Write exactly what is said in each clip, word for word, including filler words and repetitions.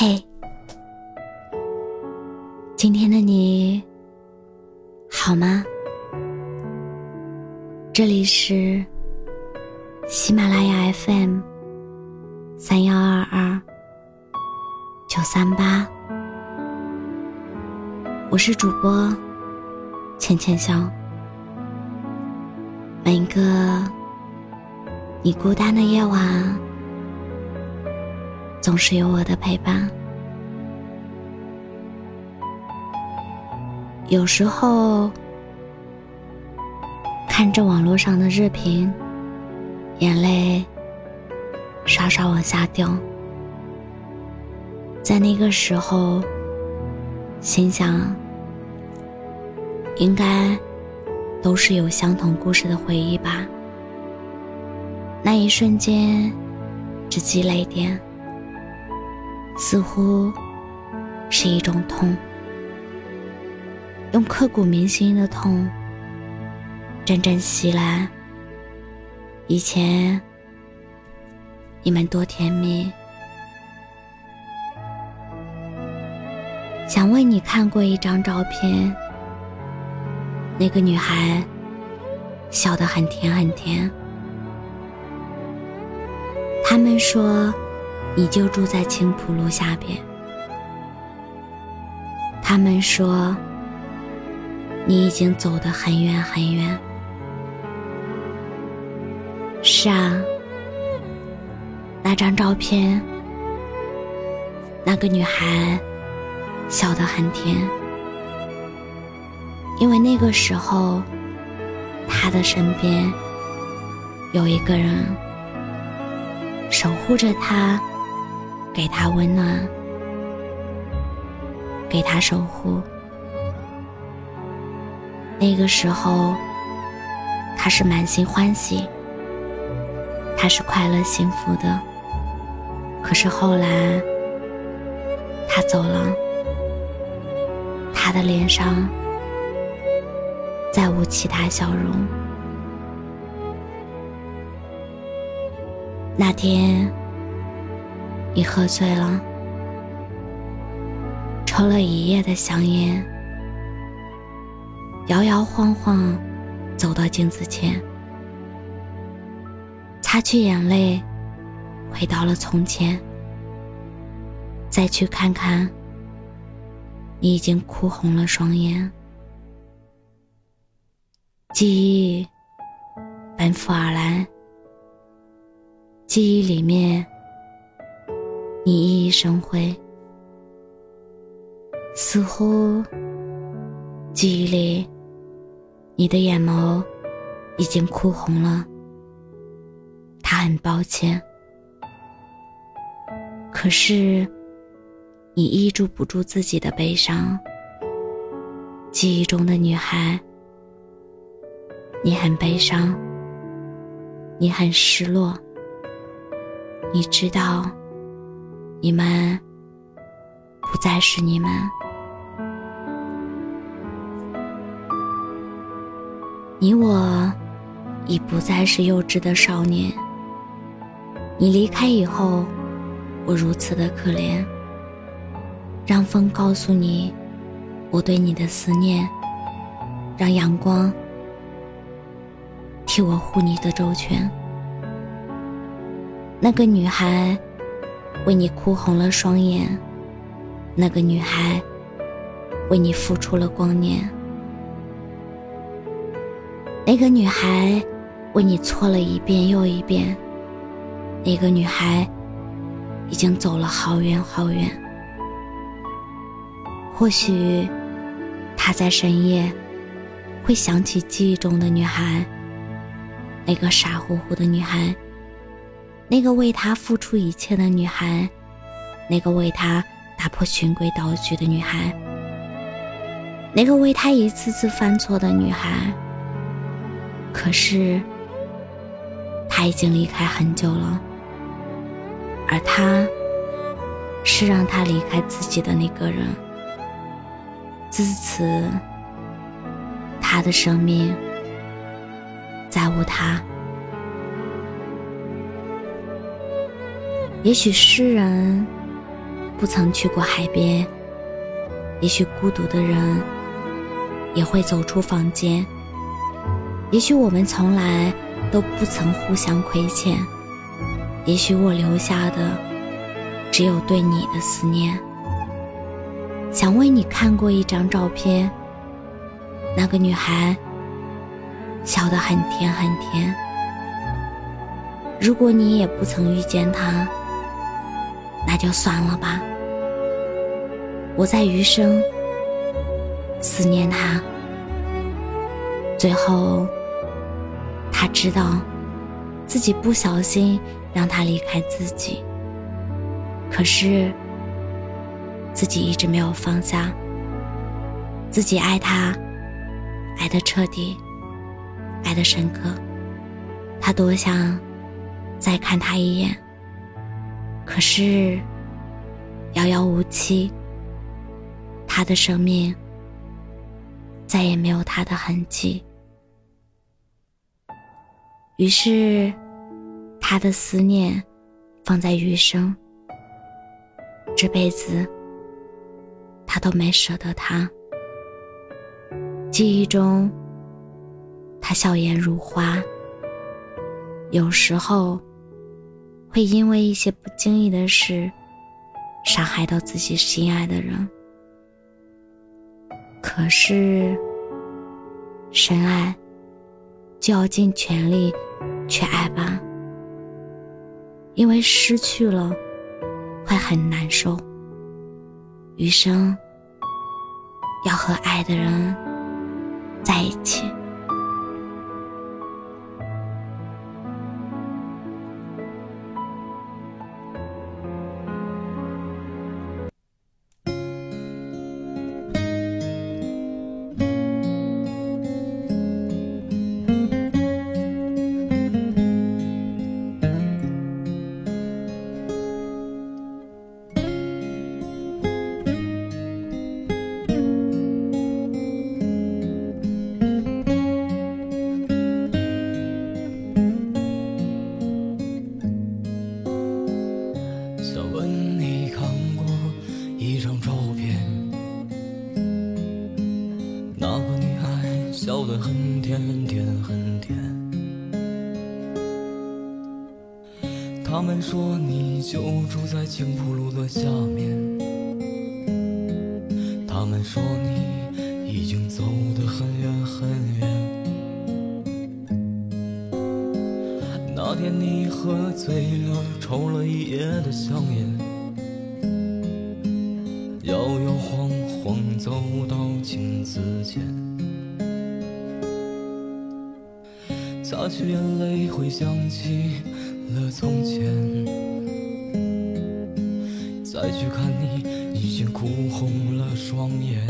嘿，今天的你好吗？这里是喜马拉雅 F M 三幺二二九三八，我是主播浅浅笑。每个你孤单的夜晚，总是有我的陪伴。有时候看着网络上的日评，眼泪刷刷往下掉。在那个时候心想，应该都是有相同故事的回忆吧。那一瞬间只积累点，似乎是一种痛，用刻骨铭心的痛阵阵袭来。以前你们多甜蜜，想为你看过一张照片，那个女孩笑得很甜很甜。他们说你就住在青浦路下边，他们说你已经走得很远很远。是啊，那张照片，那个女孩笑得很甜，因为那个时候她的身边有一个人守护着她，给她温暖，给她守护。那个时候她是满心欢喜，她是快乐幸福的。可是后来她走了，她的脸上再无其他笑容。那天你喝醉了，抽了一夜的香烟，摇摇晃晃走到镜子前，擦去眼泪，回到了从前。再去看看，你已经哭红了双眼。记忆奔赴而来，记忆里面你熠熠生辉，似乎记忆里你的眼眸已经哭红了。他很抱歉，可是你抑制不住自己的悲伤。记忆中的女孩，你很悲伤，你很失落，你知道你们不再是你们。你我已不再是幼稚的少年。你离开以后，我如此的可怜。让风告诉你我对你的思念，让阳光替我护你的周全。那个女孩为你哭红了双眼，那个女孩为你付出了光年，那个女孩为你错了一遍又一遍，那个女孩已经走了好远好远。或许她在深夜会想起记忆中的女孩，那个傻乎乎的女孩，那个为她付出一切的女孩，那个为她打破循规蹈矩的女孩，那个为她一次次犯错的女孩。可是她已经离开很久了，而她是让她离开自己的那个人。自此她的生命再无她。也许诗人不曾去过海边，也许孤独的人也会走出房间，也许我们从来都不曾互相亏欠，也许我留下的只有对你的思念。想为你看过一张照片，那个女孩笑得很甜很甜。如果你也不曾遇见她，那就算了吧。我在余生思念她。最后她知道自己不小心让她离开自己，可是自己一直没有放下，自己爱她，爱得彻底，爱得深刻。她多想再看他一眼，可是遥遥无期，他的生命再也没有他的痕迹。于是他的思念放在余生，这辈子他都没舍得他。记忆中他笑颜如花，有时候会因为一些不经意的事伤害到自己心爱的人，可是深爱就要尽全力去爱吧，因为失去了会很难受。余生要和爱的人在一起。 笑得很甜很甜很甜。他们说你就住在青浦路的下面，他们说你已经走得很远很远。那天你喝醉了，抽了一夜的香烟，摇摇晃晃走到镜子前，擦去眼泪，回想起了从前，再去看你，已经哭红了双眼。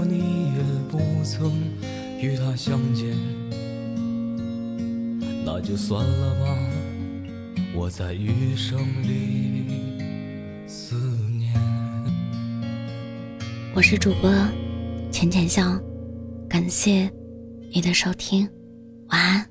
果你也不曾与他相见，那就算了吧，我在余生里思念。 我是主播浅浅笑，感谢你的收听，晚安。